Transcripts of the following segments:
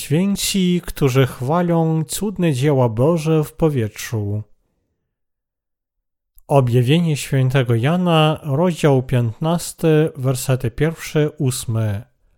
Święci, którzy chwalą cudne dzieła Boże w powietrzu. Objawienie świętego Jana, rozdział 15, wersety 1-8.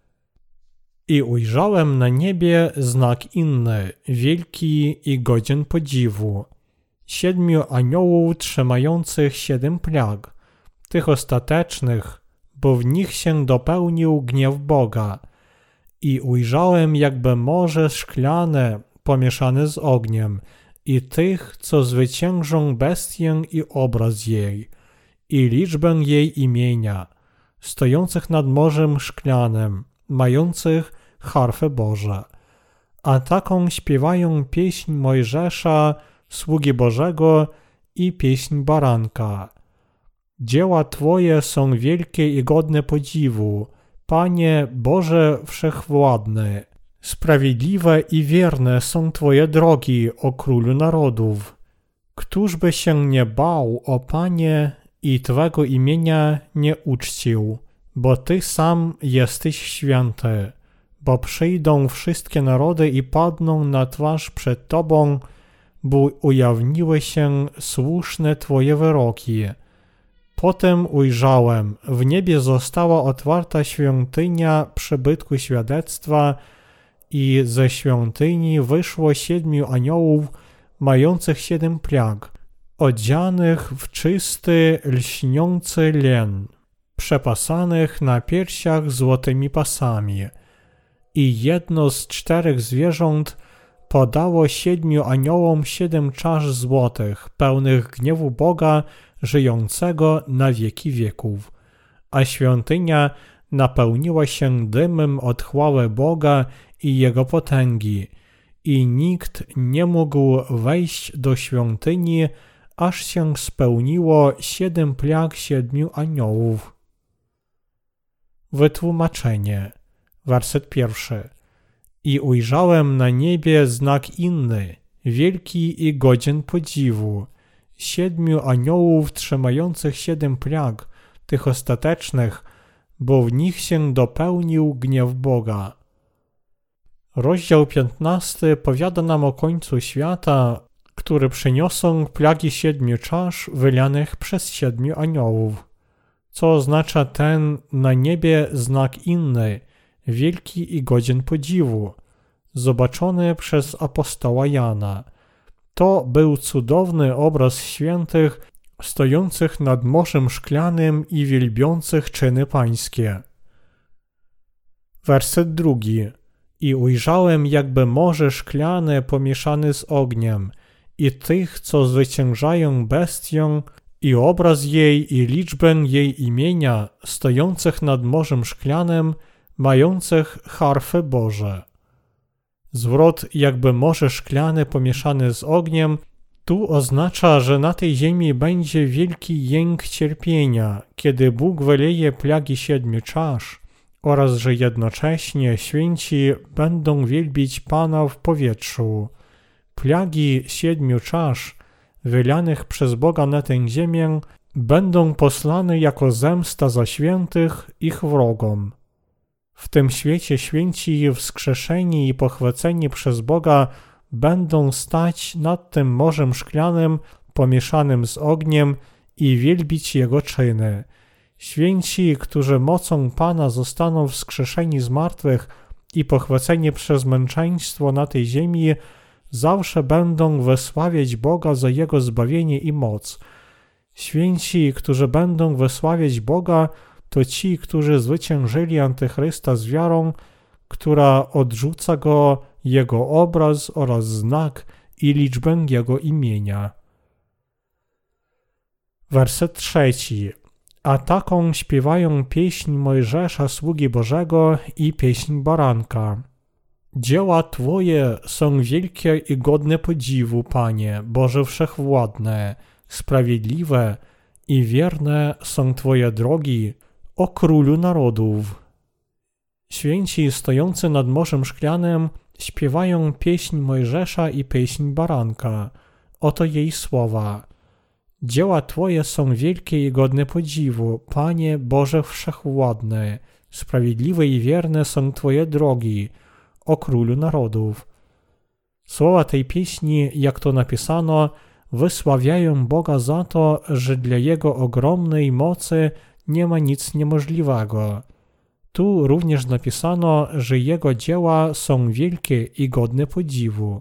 I ujrzałem na niebie znak inny, wielki i godzien podziwu. 7 aniołów trzymających 7 plag, tych ostatecznych, bo w nich się dopełnił gniew Boga. I ujrzałem jakby morze szklane, pomieszane z ogniem, i tych, co zwyciężą bestię i obraz jej, i liczbę jej imienia, stojących nad morzem szklanym, mających harfy Boże. A taką śpiewają pieśń Mojżesza, sługi Bożego, i pieśń Baranka. Dzieła Twoje są wielkie i godne podziwu, Panie Boże Wszechwładny. Sprawiedliwe i wierne są Twoje drogi, o Królu Narodów. Któż by się nie bał, o Panie, i Twego imienia nie uczcił, bo Ty sam jesteś święty. Bo przyjdą wszystkie narody i padną na twarz przed Tobą, bo ujawniły się słuszne Twoje wyroki. Potem ujrzałem, w niebie została otwarta świątynia przybytku świadectwa i ze świątyni wyszło 7 aniołów mających 7 plag, odzianych w czysty, lśniący len, przepasanych na piersiach złotymi pasami. I jedno z 4 zwierząt podało 7 aniołom 7 czasz złotych, pełnych gniewu Boga, żyjącego na wieki wieków. A świątynia napełniła się dymem od chwały Boga i Jego potęgi, i nikt nie mógł wejść do świątyni, aż się spełniło 7 plag 7 aniołów. Wytłumaczenie. Werset 1. I ujrzałem na niebie znak inny, wielki i godzien podziwu, 7 aniołów trzymających 7 plag, tych ostatecznych, bo w nich się dopełnił gniew Boga. Rozdział 15 powiada nam o końcu świata, który przyniosą plagi 7 czasz wylanych przez 7 aniołów, co oznacza ten na niebie znak inny, wielki i godzien podziwu, zobaczony przez apostoła Jana. To był cudowny obraz świętych, stojących nad morzem szklanym i wielbiących czyny pańskie. Werset 2. I ujrzałem jakby morze szklane pomieszane z ogniem, i tych, co zwyciężają bestię, i obraz jej, i liczbę jej imienia, stojących nad morzem szklanym, mających harfy Boże. Zwrot jakby morze szklane pomieszane z ogniem tu oznacza, że na tej ziemi będzie wielki jęk cierpienia, kiedy Bóg wyleje plagi 7 czasz, oraz że jednocześnie święci będą wielbić Pana w powietrzu. Plagi 7 czasz, wylanych przez Boga na tę ziemię, będą posłane jako zemsta za świętych ich wrogom. W tym świecie święci wskrzeszeni i pochwyceni przez Boga będą stać nad tym morzem szklanym pomieszanym z ogniem i wielbić Jego czyny. Święci, którzy mocą Pana zostaną wskrzeszeni z martwych i pochwyceni przez męczeństwo na tej ziemi, zawsze będą wysławiać Boga za Jego zbawienie i moc. Święci, którzy będą wysławiać Boga, to ci, którzy zwyciężyli Antychrysta z wiarą, która odrzuca go, jego obraz oraz znak i liczbę jego imienia. Werset 3. A taką śpiewają pieśń Mojżesza, sługi Bożego, i pieśń Baranka. Dzieła Twoje są wielkie i godne podziwu, Panie, Boże Wszechwładny, sprawiedliwe i wierne są Twoje drogi, o Królu Narodów. Święci stojący nad morzem szklanym śpiewają pieśń Mojżesza i pieśń Baranka. Oto jej słowa. Dzieła Twoje są wielkie i godne podziwu, Panie Boże Wszechwładny. Sprawiedliwe i wierne są Twoje drogi, o Królu Narodów. Słowa tej pieśni, jak to napisano, wysławiają Boga za to, że dla Jego ogromnej mocy nie ma nic niemożliwego. Tu również napisano, że Jego dzieła są wielkie i godne podziwu.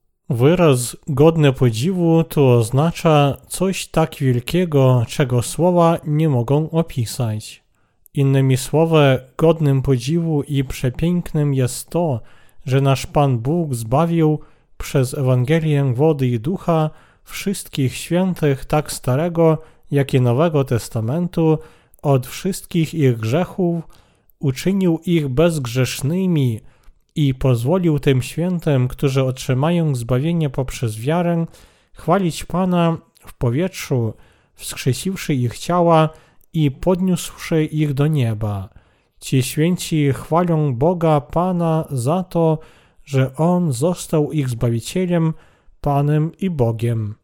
Wyraz godne podziwu tu oznacza coś tak wielkiego, czego słowa nie mogą opisać. Innymi słowy, godnym podziwu i przepięknym jest to, że nasz Pan Bóg zbawił przez Ewangelię wody i ducha wszystkich świętych tak Starego, jak i Nowego Testamentu od wszystkich ich grzechów, uczynił ich bezgrzesznymi i pozwolił tym świętym, którzy otrzymają zbawienie poprzez wiarę, chwalić Pana w powietrzu, wskrzesiwszy ich ciała i podniósłszy ich do nieba. Ci święci chwalą Boga Pana za to, że On został ich Zbawicielem, Panem i Bogiem.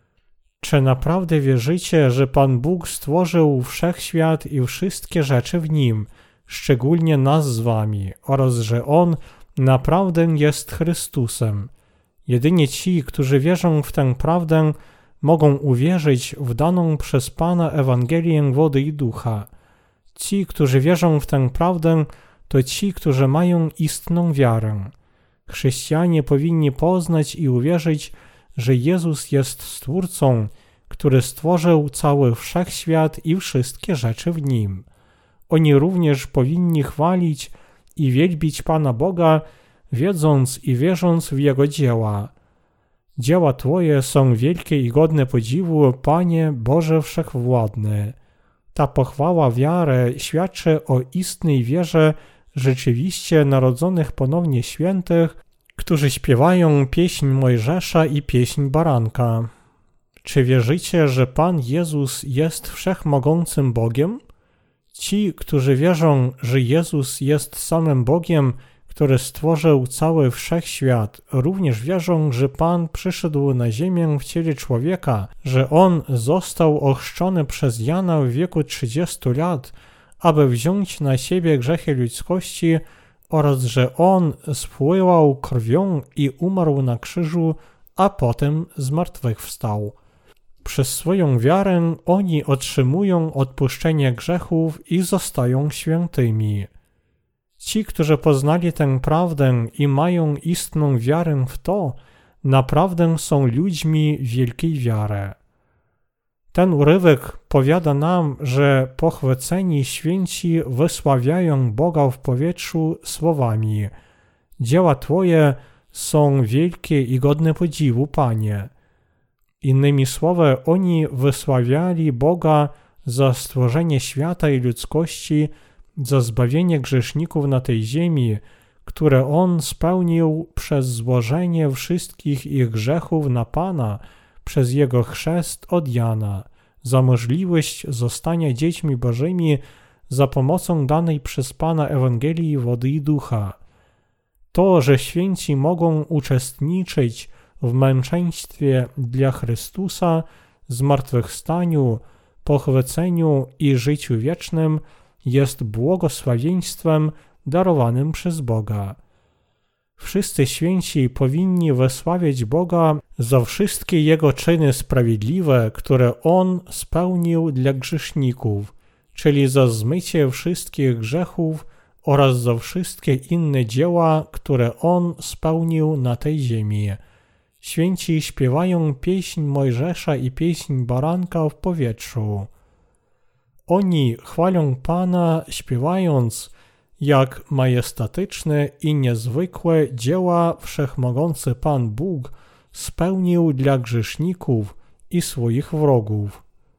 Czy naprawdę wierzycie, że Pan Bóg stworzył wszechświat i wszystkie rzeczy w nim, szczególnie nas z wami, oraz że On naprawdę jest Chrystusem? Jedynie ci, którzy wierzą w tę prawdę, mogą uwierzyć w daną przez Pana Ewangelię wody i ducha. Ci, którzy wierzą w tę prawdę, to ci, którzy mają istną wiarę. Chrześcijanie powinni poznać i uwierzyć, że Jezus jest Stwórcą, który stworzył cały wszechświat i wszystkie rzeczy w nim. Oni również powinni chwalić i wielbić Pana Boga, wiedząc i wierząc w Jego dzieła. Dzieła Twoje są wielkie i godne podziwu, Panie Boże Wszechwładny. Ta pochwała wiary świadczy o istnej wierze rzeczywiście narodzonych ponownie świętych, którzy śpiewają pieśń Mojżesza i pieśń Baranka. Czy wierzycie, że Pan Jezus jest wszechmogącym Bogiem? Ci, którzy wierzą, że Jezus jest samym Bogiem, który stworzył cały wszechświat, również wierzą, że Pan przyszedł na ziemię w ciele człowieka, że On został ochrzczony przez Jana w wieku 30 lat, aby wziąć na siebie grzechy ludzkości, oraz że On spływał krwią i umarł na krzyżu, a potem zmartwychwstał. Przez swoją wiarę oni otrzymują odpuszczenie grzechów i zostają świętymi. Ci, którzy poznali tę prawdę i mają istną wiarę w to, naprawdę są ludźmi wielkiej wiary. Ten urywek powiada nam, że pochwyceni święci wysławiają Boga w powietrzu słowami: dzieła Twoje są wielkie i godne podziwu, Panie. Innymi słowy, oni wysławiali Boga za stworzenie świata i ludzkości, za zbawienie grzeszników na tej ziemi, które On spełnił przez złożenie wszystkich ich grzechów na Pana, przez Jego chrzest od Jana, za możliwość zostania dziećmi Bożymi za pomocą danej przez Pana Ewangelii wody i ducha. To, że święci mogą uczestniczyć w męczeństwie dla Chrystusa, zmartwychwstaniu, pochwyceniu i życiu wiecznym, jest błogosławieństwem darowanym przez Boga. Wszyscy święci powinni wysławiać Boga za wszystkie Jego czyny sprawiedliwe, które On spełnił dla grzeszników, czyli za zmycie wszystkich grzechów oraz za wszystkie inne dzieła, które On spełnił na tej ziemi. Święci śpiewają pieśń Mojżesza i pieśń Baranka w powietrzu. Oni chwalą Pana, śpiewając, jak majestatyczne i niezwykłe dzieła wszechmogący Pan Bóg spełnił dla grzeszników i swoich wrogów.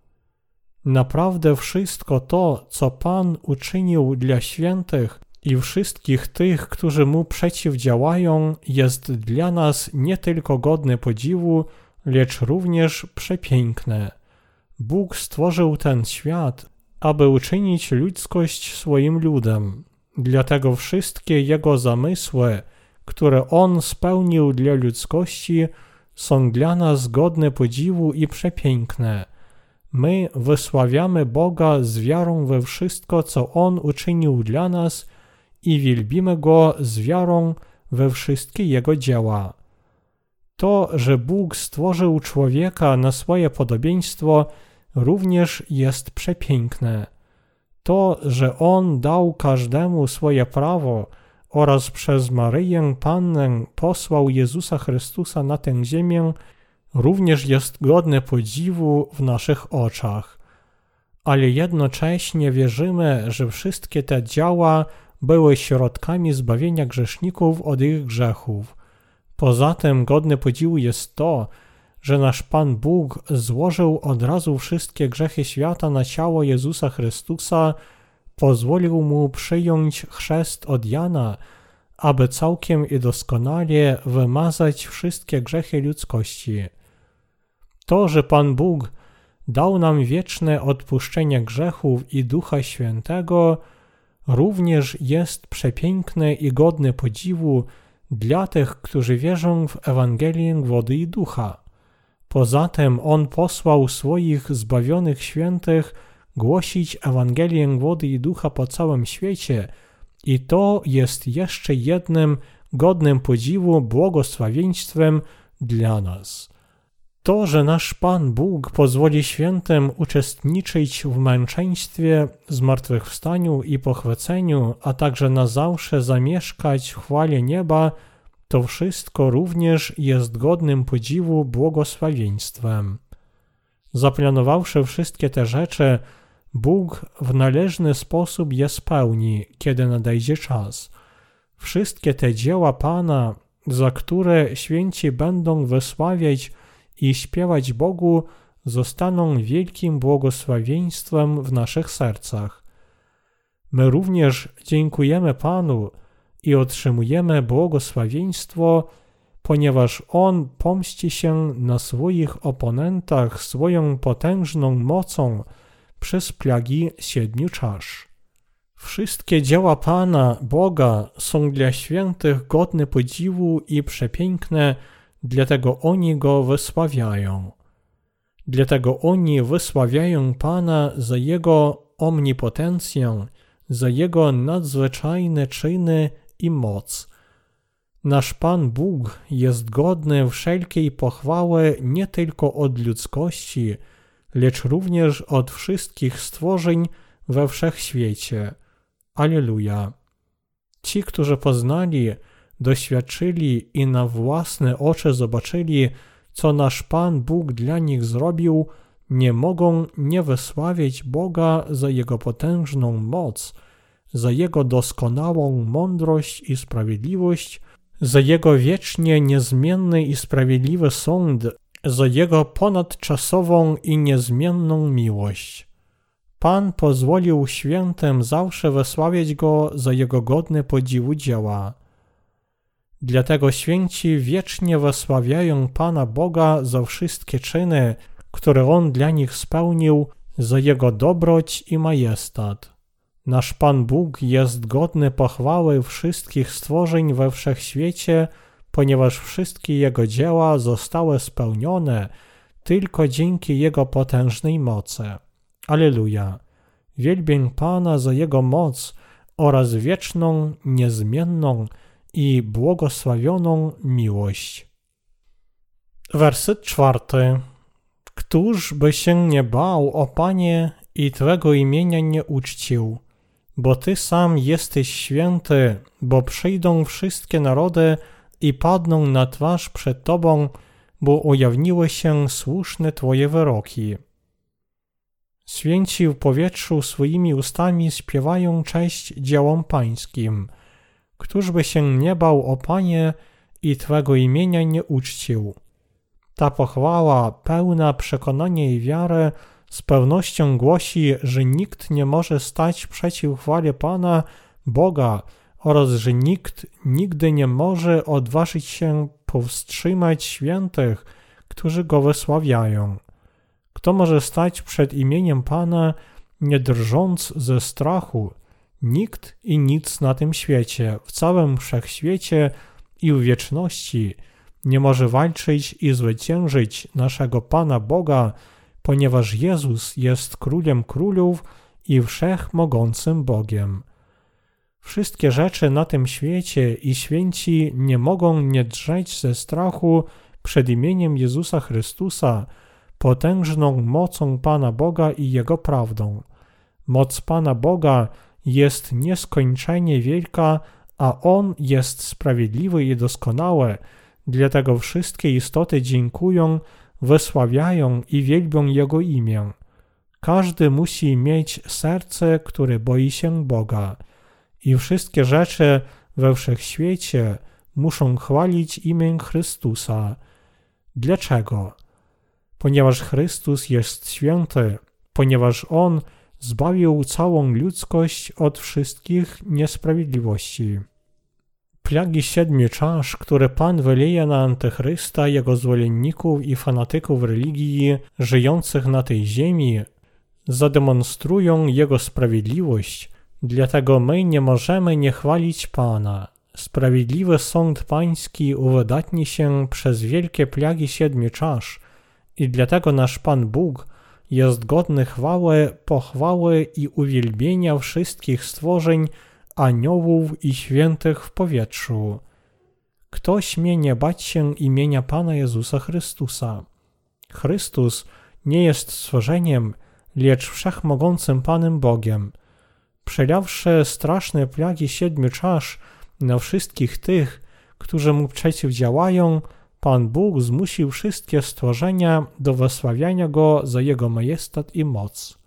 Naprawdę wszystko to, co Pan uczynił dla świętych i wszystkich tych, którzy Mu przeciwdziałają, jest dla nas nie tylko godne podziwu, lecz również przepiękne. Bóg stworzył ten świat, aby uczynić ludzkość swoim ludem. Dlatego wszystkie Jego zamysły, które On spełnił dla ludzkości, są dla nas godne podziwu i przepiękne. My wysławiamy Boga z wiarą we wszystko, co On uczynił dla nas i wielbimy Go z wiarą we wszystkie jego dzieła. To, że Bóg stworzył człowieka na swoje podobieństwo, również jest przepiękne. To, że On dał każdemu swoje prawo oraz przez Maryję Pannę posłał Jezusa Chrystusa na tę ziemię, również jest godne podziwu w naszych oczach. Ale jednocześnie wierzymy, że wszystkie te dzieła były środkami zbawienia grzeszników od ich grzechów. Poza tym godne podziwu jest to, że nasz Pan Bóg złożył od razu wszystkie grzechy świata na ciało Jezusa Chrystusa, pozwolił Mu przyjąć chrzest od Jana, aby całkiem i doskonale wymazać wszystkie grzechy ludzkości. To, że Pan Bóg dał nam wieczne odpuszczenie grzechów i Ducha Świętego, również jest przepiękne i godne podziwu dla tych, którzy wierzą w Ewangelię wody i ducha. Poza tym On posłał swoich zbawionych świętych głosić Ewangelię wody i ducha po całym świecie i to jest jeszcze jednym godnym podziwu błogosławieństwem dla nas. To, że nasz Pan Bóg pozwoli świętym uczestniczyć w męczeństwie, zmartwychwstaniu i pochwyceniu, a także na zawsze zamieszkać w chwale nieba, to wszystko również jest godnym podziwu błogosławieństwem. Zaplanowawszy wszystkie te rzeczy, Bóg w należny sposób je spełni, kiedy nadejdzie czas. Wszystkie te dzieła Pana, za które święci będą wysławiać i śpiewać Bogu, zostaną wielkim błogosławieństwem w naszych sercach. My również dziękujemy Panu i otrzymujemy błogosławieństwo, ponieważ On pomści się na swoich oponentach swoją potężną mocą przez plagi 7 czasz. Wszystkie dzieła Pana, Boga, są dla świętych godne podziwu i przepiękne, dlatego oni Go wysławiają. Dlatego oni wysławiają Pana za Jego omnipotencję, za Jego nadzwyczajne czyny i moc. Nasz Pan Bóg jest godny wszelkiej pochwały nie tylko od ludzkości, lecz również od wszystkich stworzeń we wszechświecie. Alleluja. Ci, którzy poznali, doświadczyli i na własne oczy zobaczyli, co nasz Pan Bóg dla nich zrobił, nie mogą nie wysławiać Boga za Jego potężną moc, za Jego doskonałą mądrość i sprawiedliwość, za Jego wiecznie niezmienny i sprawiedliwy sąd, za Jego ponadczasową i niezmienną miłość. Pan pozwolił świętym zawsze wysławiać Go za Jego godne podziwu dzieła. Dlatego święci wiecznie wysławiają Pana Boga za wszystkie czyny, które On dla nich spełnił, za Jego dobroć i majestat. Nasz Pan Bóg jest godny pochwały wszystkich stworzeń we wszechświecie, ponieważ wszystkie Jego dzieła zostały spełnione tylko dzięki Jego potężnej mocy. Alleluja! Wielbię Pana za Jego moc oraz wieczną, niezmienną i błogosławioną miłość. Werset 4. Któż by się nie bał, o Panie, i Twego imienia nie uczcił? Bo Ty sam jesteś święty, bo przyjdą wszystkie narody i padną na twarz przed Tobą, bo ujawniły się słuszne Twoje wyroki. Święci w powietrzu swoimi ustami śpiewają cześć dziełom Pańskim. Któż by się nie bał, o Panie, i Twego imienia nie uczcił? Ta pochwała, pełna przekonania i wiary, z pewnością głosi, że nikt nie może stać przeciw chwale Pana, Boga, oraz że nikt nigdy nie może odważyć się powstrzymać świętych, którzy Go wysławiają. Kto może stać przed imieniem Pana, nie drżąc ze strachu? Nikt i nic na tym świecie, w całym wszechświecie i w wieczności nie może walczyć i zwyciężyć naszego Pana Boga, ponieważ Jezus jest Królem Królów i Wszechmogącym Bogiem. Wszystkie rzeczy na tym świecie i święci nie mogą nie drżeć ze strachu przed imieniem Jezusa Chrystusa, potężną mocą Pana Boga i Jego prawdą. Moc Pana Boga jest nieskończenie wielka, a On jest sprawiedliwy i doskonały, dlatego wszystkie istoty dziękują, wysławiają i wielbią Jego imię. Każdy musi mieć serce, które boi się Boga. I wszystkie rzeczy we wszechświecie muszą chwalić imię Chrystusa. Dlaczego? Ponieważ Chrystus jest święty, ponieważ On zbawił całą ludzkość od wszystkich niesprawiedliwości. Plagi 7 czasz, które Pan wyleje na Antychrysta, jego zwolenników i fanatyków religii żyjących na tej ziemi, zademonstrują Jego sprawiedliwość, dlatego my nie możemy nie chwalić Pana. Sprawiedliwy sąd pański uwydatni się przez wielkie plagi 7 czasz i dlatego nasz Pan Bóg jest godny chwały, pochwały i uwielbienia wszystkich stworzeń, aniołów i świętych w powietrzu. Kto śmie nie bać się imienia Pana Jezusa Chrystusa? Chrystus nie jest stworzeniem, lecz wszechmogącym Panem Bogiem. Przelawszy straszne plagi 7 czasz na wszystkich tych, którzy Mu przeciwdziałają, Pan Bóg zmusił wszystkie stworzenia do wysławiania Go za Jego majestat i moc.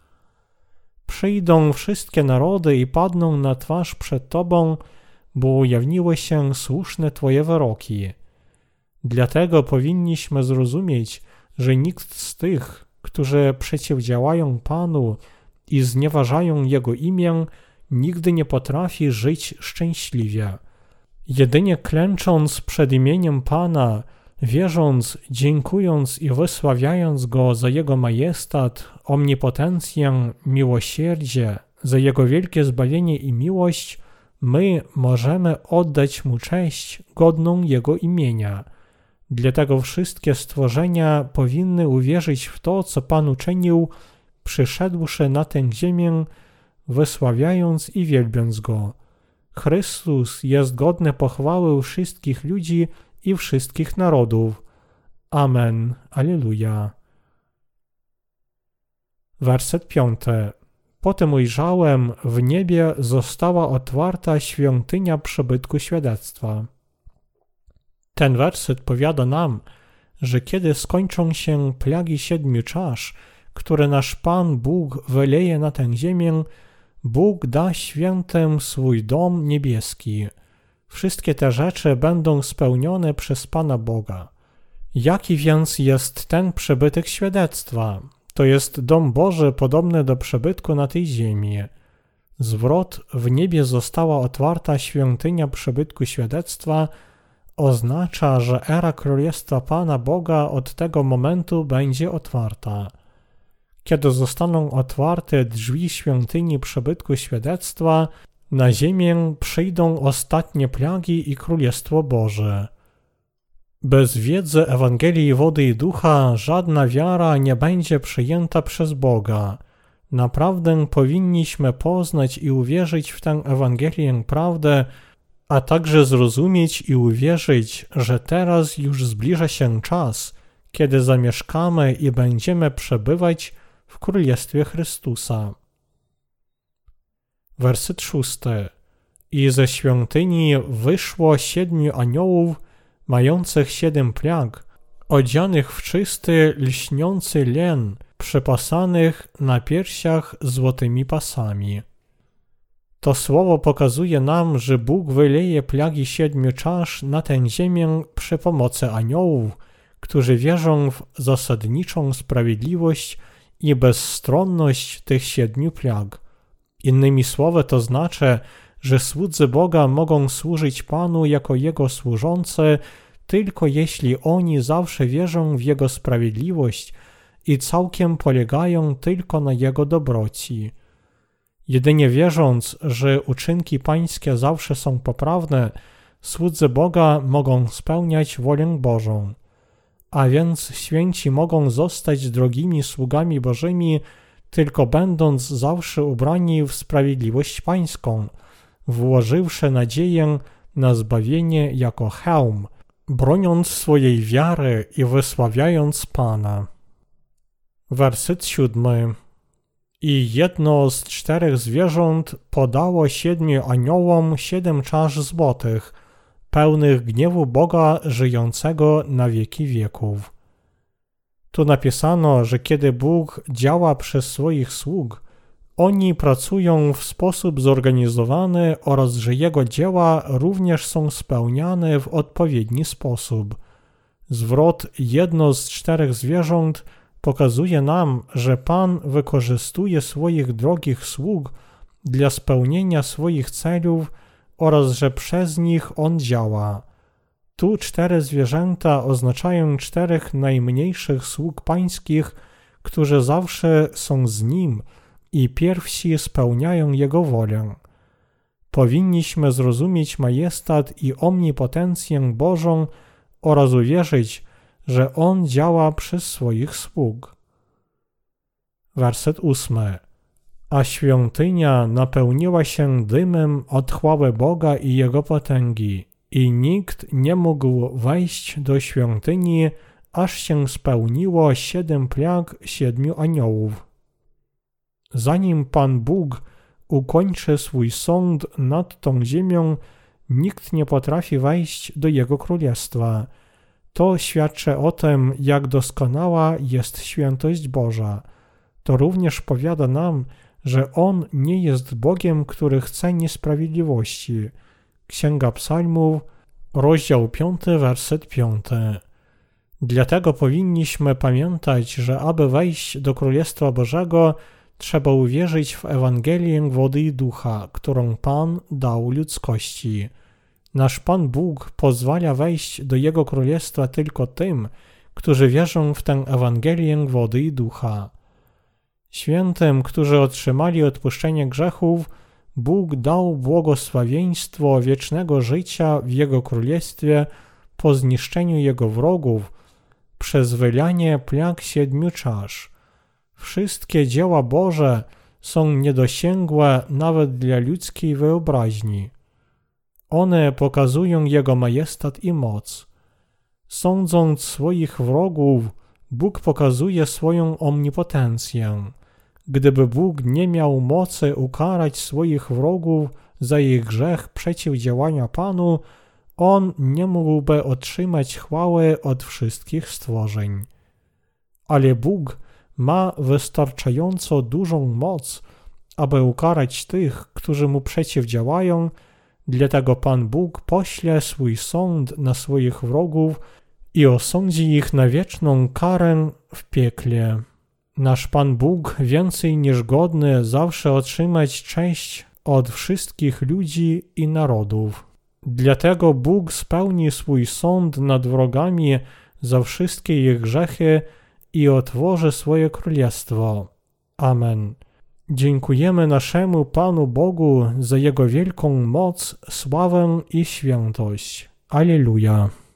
Przyjdą wszystkie narody i padną na twarz przed Tobą, bo ujawniły się słuszne Twoje wyroki. Dlatego powinniśmy zrozumieć, że nikt z tych, którzy przeciwdziałają Panu i znieważają Jego imię, nigdy nie potrafi żyć szczęśliwie. Jedynie klęcząc przed imieniem Pana, wierząc, dziękując i wysławiając Go za Jego majestat, omnipotencję, miłosierdzie, za Jego wielkie zbawienie i miłość, my możemy oddać Mu cześć godną Jego imienia. Dlatego wszystkie stworzenia powinny uwierzyć w to, co Pan uczynił, przyszedłszy na tę ziemię, wysławiając i wielbiąc Go. Chrystus jest godny pochwały wszystkich ludzi i wszystkich narodów. Amen. Alleluja. Werset 5. Potem ujrzałem, w niebie została otwarta świątynia przybytku świadectwa. Ten werset powiada nam, że kiedy skończą się plagi 7 czasz, które nasz Pan Bóg wyleje na tę ziemię, Bóg da świętym swój dom niebieski. Wszystkie te rzeczy będą spełnione przez Pana Boga. Jaki więc jest ten przybytek świadectwa? To jest dom Boży podobny do przybytku na tej ziemi. Zwrot w niebie została otwarta świątynia przybytku świadectwa oznacza, że era Królestwa Pana Boga od tego momentu będzie otwarta. Kiedy zostaną otwarte drzwi świątyni przybytku świadectwa, na ziemię przyjdą ostatnie plagi i Królestwo Boże. Bez wiedzy Ewangelii Wody i Ducha żadna wiara nie będzie przyjęta przez Boga. Naprawdę powinniśmy poznać i uwierzyć w tę Ewangelię prawdę, a także zrozumieć i uwierzyć, że teraz już zbliża się czas, kiedy zamieszkamy i będziemy przebywać w Królestwie Chrystusa. Werset 6. I ze świątyni wyszło 7 aniołów, mających 7 plag, odzianych w czysty, lśniący len, przypasanych na piersiach złotymi pasami. To słowo pokazuje nam, że Bóg wyleje plagi 7 czasz na tę ziemię przy pomocy aniołów, którzy wierzą w zasadniczą sprawiedliwość i bezstronność tych 7 plag. Innymi słowy to znaczy, że słudzy Boga mogą służyć Panu jako Jego służący tylko jeśli oni zawsze wierzą w Jego sprawiedliwość i całkiem polegają tylko na Jego dobroci. Jedynie wierząc, że uczynki pańskie zawsze są poprawne, słudzy Boga mogą spełniać wolę Bożą. A więc święci mogą zostać drogimi sługami Bożymi, tylko będąc zawsze ubrani w sprawiedliwość pańską, włożywszy nadzieję na zbawienie jako hełm, broniąc swojej wiary i wysławiając Pana. Werset 7. I jedno z 4 zwierząt podało 7 aniołom 7 czasz złotych, pełnych gniewu Boga żyjącego na wieki wieków. Tu napisano, że kiedy Bóg działa przez swoich sług, oni pracują w sposób zorganizowany oraz że Jego dzieła również są spełniane w odpowiedni sposób. Zwrot jedno z 4 zwierząt pokazuje nam, że Pan wykorzystuje swoich drogich sług dla spełnienia swoich celów oraz że przez nich On działa. Tu 4 zwierzęta oznaczają 4 najmniejszych sług pańskich, którzy zawsze są z Nim i pierwsi spełniają Jego wolę. Powinniśmy zrozumieć majestat i omnipotencję Bożą oraz uwierzyć, że On działa przez swoich sług. Werset 8. A świątynia napełniła się dymem od chwały Boga i Jego potęgi, i nikt nie mógł wejść do świątyni, aż się spełniło 7 plag 7 aniołów. Zanim Pan Bóg ukończy swój sąd nad tą ziemią, nikt nie potrafi wejść do Jego królestwa. To świadczy o tym, jak doskonała jest świętość Boża. To również powiada nam, że On nie jest Bogiem, który chce niesprawiedliwości. Księga Psalmów, rozdział 5, werset 5. Dlatego powinniśmy pamiętać, że aby wejść do Królestwa Bożego, trzeba uwierzyć w Ewangelię wody i ducha, którą Pan dał ludzkości. Nasz Pan Bóg pozwala wejść do Jego Królestwa tylko tym, którzy wierzą w tę Ewangelię wody i ducha. Świętym, którzy otrzymali odpuszczenie grzechów, Bóg dał błogosławieństwo wiecznego życia w Jego Królestwie po zniszczeniu Jego wrogów przez wylanie plag 7 czasz. Wszystkie dzieła Boże są niedosięgłe nawet dla ludzkiej wyobraźni. One pokazują Jego majestat i moc. Sądząc swoich wrogów, Bóg pokazuje swoją omnipotencję. Gdyby Bóg nie miał mocy ukarać swoich wrogów za ich grzech przeciwdziałania Panu, On nie mógłby otrzymać chwały od wszystkich stworzeń. Ale Bóg ma wystarczająco dużą moc, aby ukarać tych, którzy Mu przeciwdziałają, dlatego Pan Bóg pośle swój sąd na swoich wrogów i osądzi ich na wieczną karę w piekle. Nasz Pan Bóg więcej niż godny zawsze otrzymać cześć od wszystkich ludzi i narodów. Dlatego Bóg spełni swój sąd nad wrogami za wszystkie ich grzechy i otworzy swoje królestwo. Amen. Dziękujemy naszemu Panu Bogu za Jego wielką moc, sławę i świętość. Alleluja.